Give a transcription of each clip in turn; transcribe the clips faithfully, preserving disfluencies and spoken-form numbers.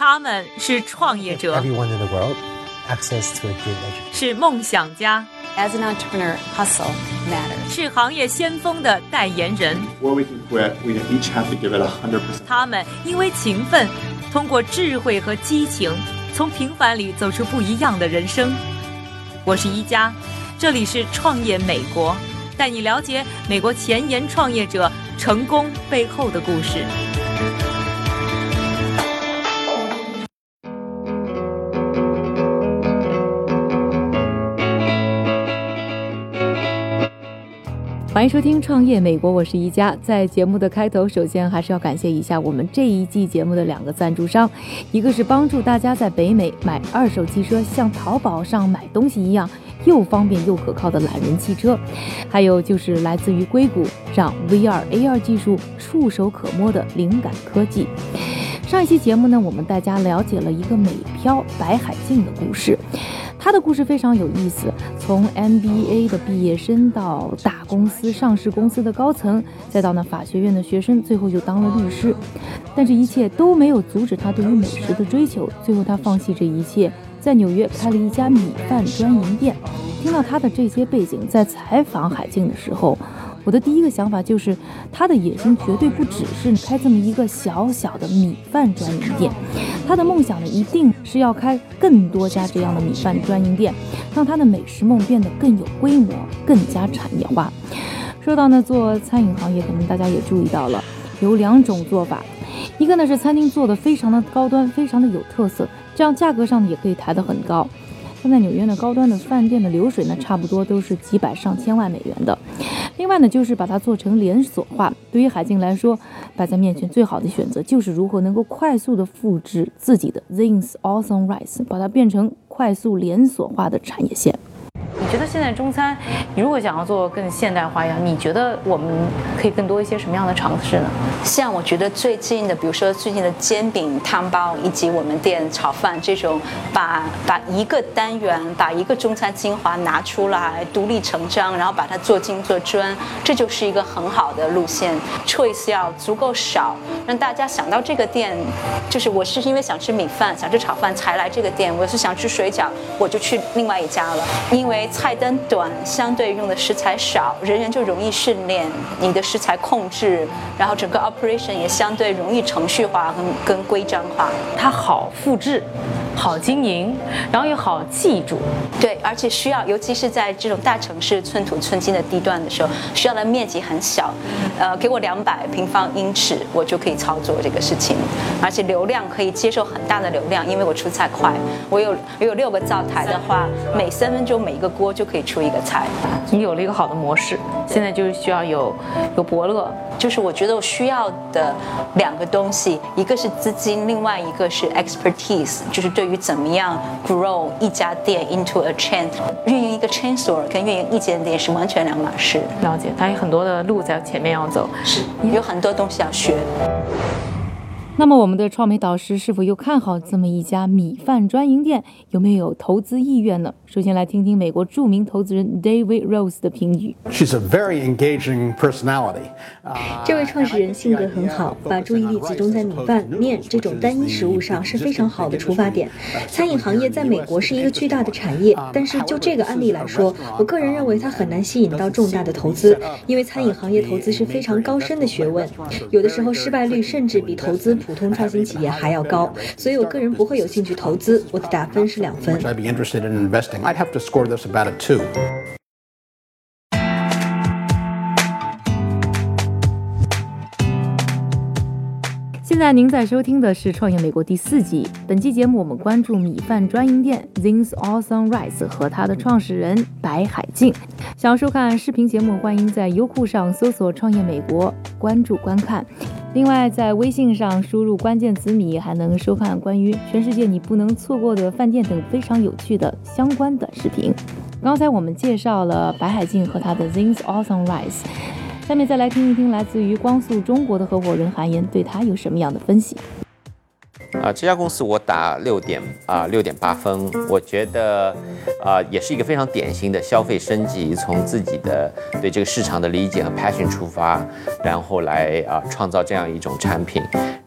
他们是创业者， Everyone in the world access to a good education. 是梦想家， As an entrepreneur, hustle matters. 是行业先锋的代言人。 Before we can quit, we each have to give it one hundred percent. 他们因为勤奋，通过智慧和激情，从平凡里走出不一样的人生。我是一加，这里是创业美国，带你了解美国前沿创业者成功背后的故事。欢迎收听创业美国，我是宜家。在节目的开头，首先还是要感谢一下我们这一季节目的两个赞助商，一个是帮助大家在北美买二手汽车像淘宝上买东西一样又方便又可靠的懒人汽车，还有就是来自于硅谷让 V R A R 技术触手可摸的灵感科技。上一期节目呢，我们大家了解了一个美漂白海静的故事。他的故事非常有意思，从 M B A 的毕业生到大公司上市公司的高层，再到那法学院的学生，最后又当了律师。但这一切都没有阻止他对于美食的追求，最后他放弃这一切，在纽约开了一家米饭专营店。听到他的这些背景，在采访海静的时候，我的第一个想法就是，他的野心绝对不只是开这么一个小小的米饭专营店，他的梦想呢，一定是要开更多家这样的米饭专营店，让他的美食梦变得更有规模，更加产业化。说到呢，做餐饮行业，可能大家也注意到了，有两种做法，一个呢是餐厅做的非常的高端，非常的有特色，这样价格上也可以抬得很高。现在纽约的高端的饭店的流水呢，差不多都是几百上千万美元的。另外呢，就是把它做成连锁化。对于海静来说，摆在面前最好的选择就是如何能够快速的复制自己的 Zings Awesome Rice， 把它变成快速连锁化的产业线。你觉得现在中餐，你如果想要做更现代化一样，你觉得我们可以更多一些什么样的尝试呢？ 像我觉得最近的，比如说最近的煎饼、汤包，以及我们店炒饭这种，把把一个单元，把一个中餐精华拿出来，独立成章，然后把它做精做专，这就是一个很好的路线。choice 要足够少，让大家想到这个店，就是我是因为想吃米饭、想吃炒饭才来这个店，我是想吃水饺，我就去另外一家了，因为菜单短，相对用的食材少，人人就容易训练你的食材控制，然后整个 operation 也相对容易程序化跟跟规章化。 它好复制，好经营，然后又好记住。 对，而且需要，尤其是在这种大城市寸土寸金的地段的时候，需要的面积很小，呃，给我两百平方英尺，我就可以操作这个事情，而且流量可以接受很大的流量，因为我出菜快，我有我有六个灶台的话，每三分钟每一个锅就可以出一个菜。 你有了一个好的模式，现在就是需要有有伯乐， 就是我觉得我需要的两个东西，一个是资金，另外一个是 expertise， 就是对于怎么样 grow 一家店 into a chain， 运营一个 chain store 跟运营一间店是完全两码事。 了解，它有很多的路在前面要走， 是有很多东西要学。 那么我们的创美导师是否又看好这么一家米饭专营店，有没有投资意愿呢？首先来听听美国著名投资人 David Rose 的评语。 She's a very engaging personality. 这位创始人性格很好，把注意力集中在米饭、面这种单一食物上是非常好的出发点。餐饮行业在美国是一个巨大的产业，但是就这个案例来说，我个人认为它很难吸引到重大的投资，因为餐饮行业投资是非常高深的学问，有的时候失败率甚至比投资普通创新企业还要高，所以我个人不会有兴趣投资，我的打分是两分。 I'd be interested in investing. I'd have to score this about a two. 现在您在收听的是《创业美国》第四集。本期节目我们关注米饭专营店 Zings Awesome Rice 和它的创始人白海静。想要收看视频节目，欢迎在优酷上搜索“创业美国”，关注观看。另外，在微信上输入关键词“米”，还能收看关于全世界你不能错过的饭店等非常有趣的相关短视频。刚才我们介绍了白海静和他的 Zings Awesome Rice。下面再来听一听来自于光速中国的合伙人韩岩对他有什么样的分析。 啊、呃，这家公司我打六点啊六点八分，我觉得啊、呃、也是一个非常典型的消费升级，从自己的对这个市场的理解和 passion 出发，然后来啊、呃、创造这样一种产品，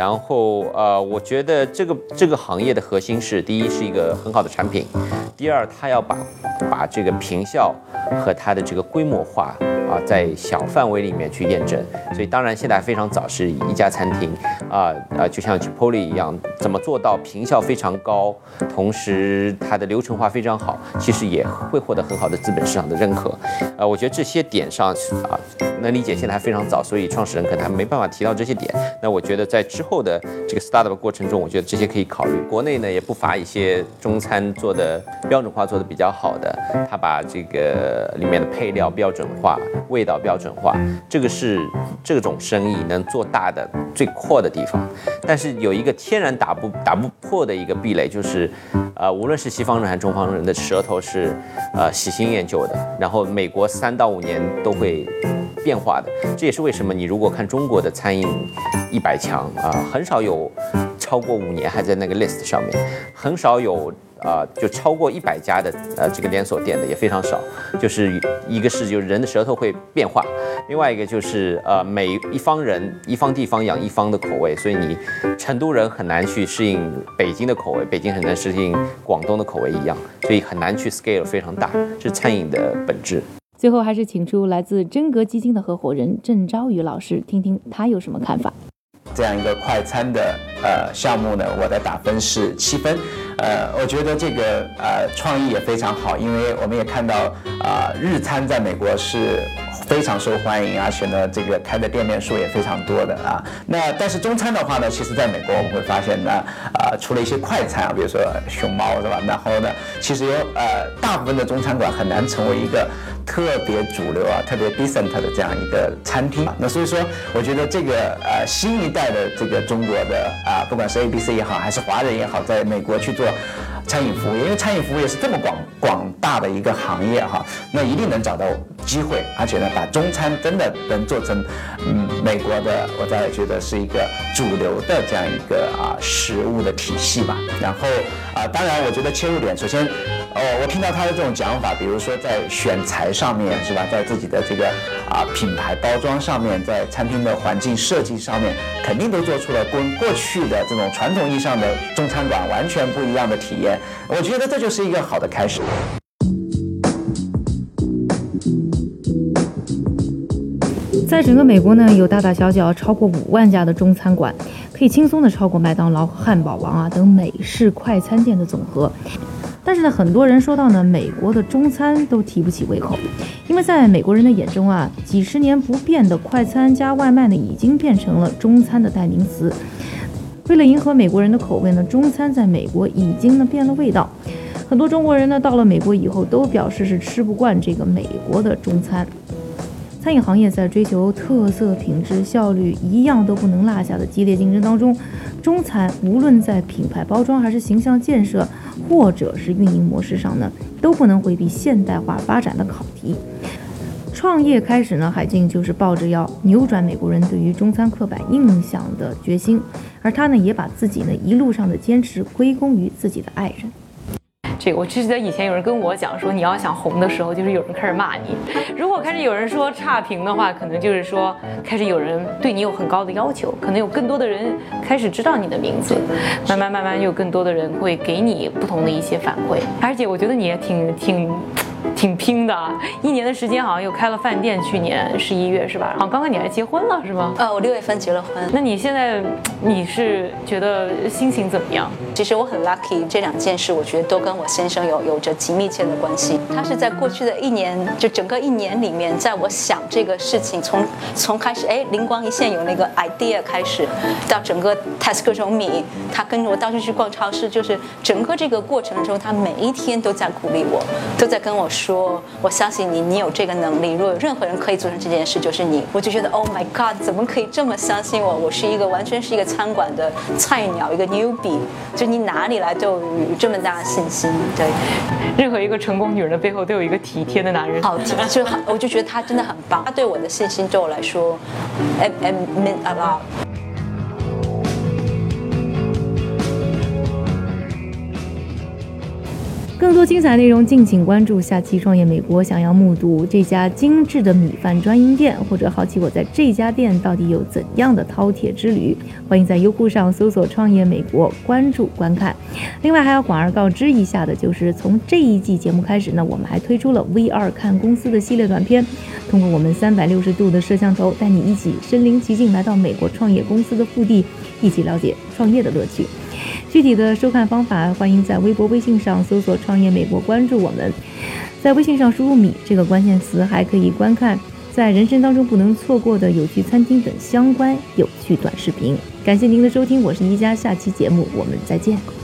然后呃，我觉得这个这个行业的核心是，第一是一个很好的产品，第二它要把把这个平效和它的这个规模化啊，在小范围里面去验证。所以当然现在还非常早，是一家餐厅啊啊，就像 Chipotle 一样，怎么做到平效非常高，同时它的流程化非常好，其实也会获得很好的资本市场的认可。呃，我觉得这些点上啊，能理解现在还非常早，所以创始人可能还没办法提到这些点。那我觉得在之后的这个 startup 过程中，我觉得这些可以考虑。国内呢也不乏一些中餐做的标准化做的比较好的，他把这个里面的配料标准化、味道标准化，这个是这种生意能做大的最core的地方。但是有一个天然打不打不破的一个壁垒，就是呃，无论是西方人还是中方人的舌头是呃喜新厌旧的，然后美国三到五年都会变化的。这也是为什么你如果看中国的餐饮一百强啊、呃，很少有超过五年还在那个 list 上面，很少有啊、呃、就超过一百家的呃这个连锁店的也非常少。就是一个是就是人的舌头会变化，另外一个就是呃每一方人一方地方养一方的口味，所以你成都人很难去适应北京的口味，北京很难适应广东的口味一样，所以很难去 scale 非常大，这是餐饮的本质。 最后还是请出来自真格基金的合伙人郑昭宇老师，听听他有什么看法。 这样一个快餐的呃项目呢，我的打分是七分。呃，我觉得这个呃创意也非常好，因为我们也看到啊、呃、日餐在美国是非常受欢迎，而且呢这个开的店面数也非常多的啊。那但是中餐的话呢，其实在美国我们会发现呢，啊、呃、除了一些快餐啊，比如说熊猫是吧？然后呢，其实有呃大部分的中餐馆很难成为一个特别主流啊、特别 decent 的这样一个餐厅。那所以说，我觉得这个呃新一代的这个中国的啊、呃，不管是 A B C 也好，还是华人也好，在美国去做餐饮服务，因为餐饮服务业是这么广广大的一个行业哈，那一定能找到机会，而且呢，把中餐真的能做成嗯美国的，我在觉得是一个主流的这样一个啊食物的体系吧。然后啊，当然我觉得切入点，首先哦，我听到他的这种讲法，比如说在选材上面是吧，在自己的这个啊品牌包装上面，在餐厅的环境设计上面，肯定都做出了跟过去的这种传统意义上的中餐馆完全不一样的体验。我觉得这就是一个好的开始。 在整个美国呢，有大大小小超过五万家的中餐馆，可以轻松的超过麦当劳、汉堡王啊等美式快餐店的总和。但是呢，很多人说到呢，美国的中餐都提不起胃口，因为在美国人的眼中啊，几十年不变的快餐加外卖呢，已经变成了中餐的代名词。为了迎合美国人的口味呢，中餐在美国已经呢变了味道。很多中国人呢，到了美国以后都表示是吃不惯这个美国的中餐。餐饮行业在追求特色、品质、效率一样都不能落下的激烈竞争当中，中餐无论在品牌包装还是形象建设，或者是运营模式上呢，都不能回避现代化发展的考题。创业开始呢，海静就是抱着要扭转美国人对于中餐刻板印象的决心，而他呢，也把自己呢一路上的坚持归功于自己的爱人。这个我记得以前有人跟我讲说，你要想红的时候，就是有人开始骂你；如果开始有人说差评的话，可能就是说开始有人对你有很高的要求，可能有更多的人开始知道你的名字，慢慢慢慢有更多的人会给你不同的一些反馈。而且我觉得你也挺挺。挺拼的，一年的时间好像又开了饭店，去年十一月是吧？好像刚刚你还结婚了是吗？ 呃，我六月份结了婚。 那你现在你是觉得心情怎么样？ 其实我很 lucky， 这两件事我觉得都跟我先生有有着极密切的关系。他是在过去的一年，就整个一年里面，在我想这个事情，从从开始哎灵光一现有那个 idea 开始，到整个 test 各种米，他跟我到处去逛超市，就是整个这个过程中，他每一天都在鼓励我，都在跟我说，我相信你，你有这个能力。如果有任何人可以做成这件事，就是你。我就觉得 ，Oh my God， 怎么可以这么相信我？我是一个完全是一个餐馆的菜鸟，一个 newbie， 就你哪里来都有这么大的信心。对， 任何一个成功女人的背后都有一个体贴的男人。 好，就我就觉得他真的很棒，他对我的信心对我来说 ，it it meant a lot。 更多精彩内容敬请关注下期创业美国。想要目睹这家精致的米饭专营店，或者好奇我在这家店到底有怎样的饕餮之旅，欢迎在优酷上搜索创业美国关注观看。另外还要广而告知一下的就是从这一季节目开始呢，我们还推出了 V 二 看公司的系列短片，通过我们三百六十度的摄像头带你一起身临其境来到美国创业公司的腹地，一起了解创业的乐趣。具体的收看方法，欢迎在微博微信上搜索创业美国关注我们，在微信上输入米这个关键词，还可以观看在人生当中不能错过的有趣餐厅等相关有趣短视频。感谢您的收听，我是一加，下期节目我们再见。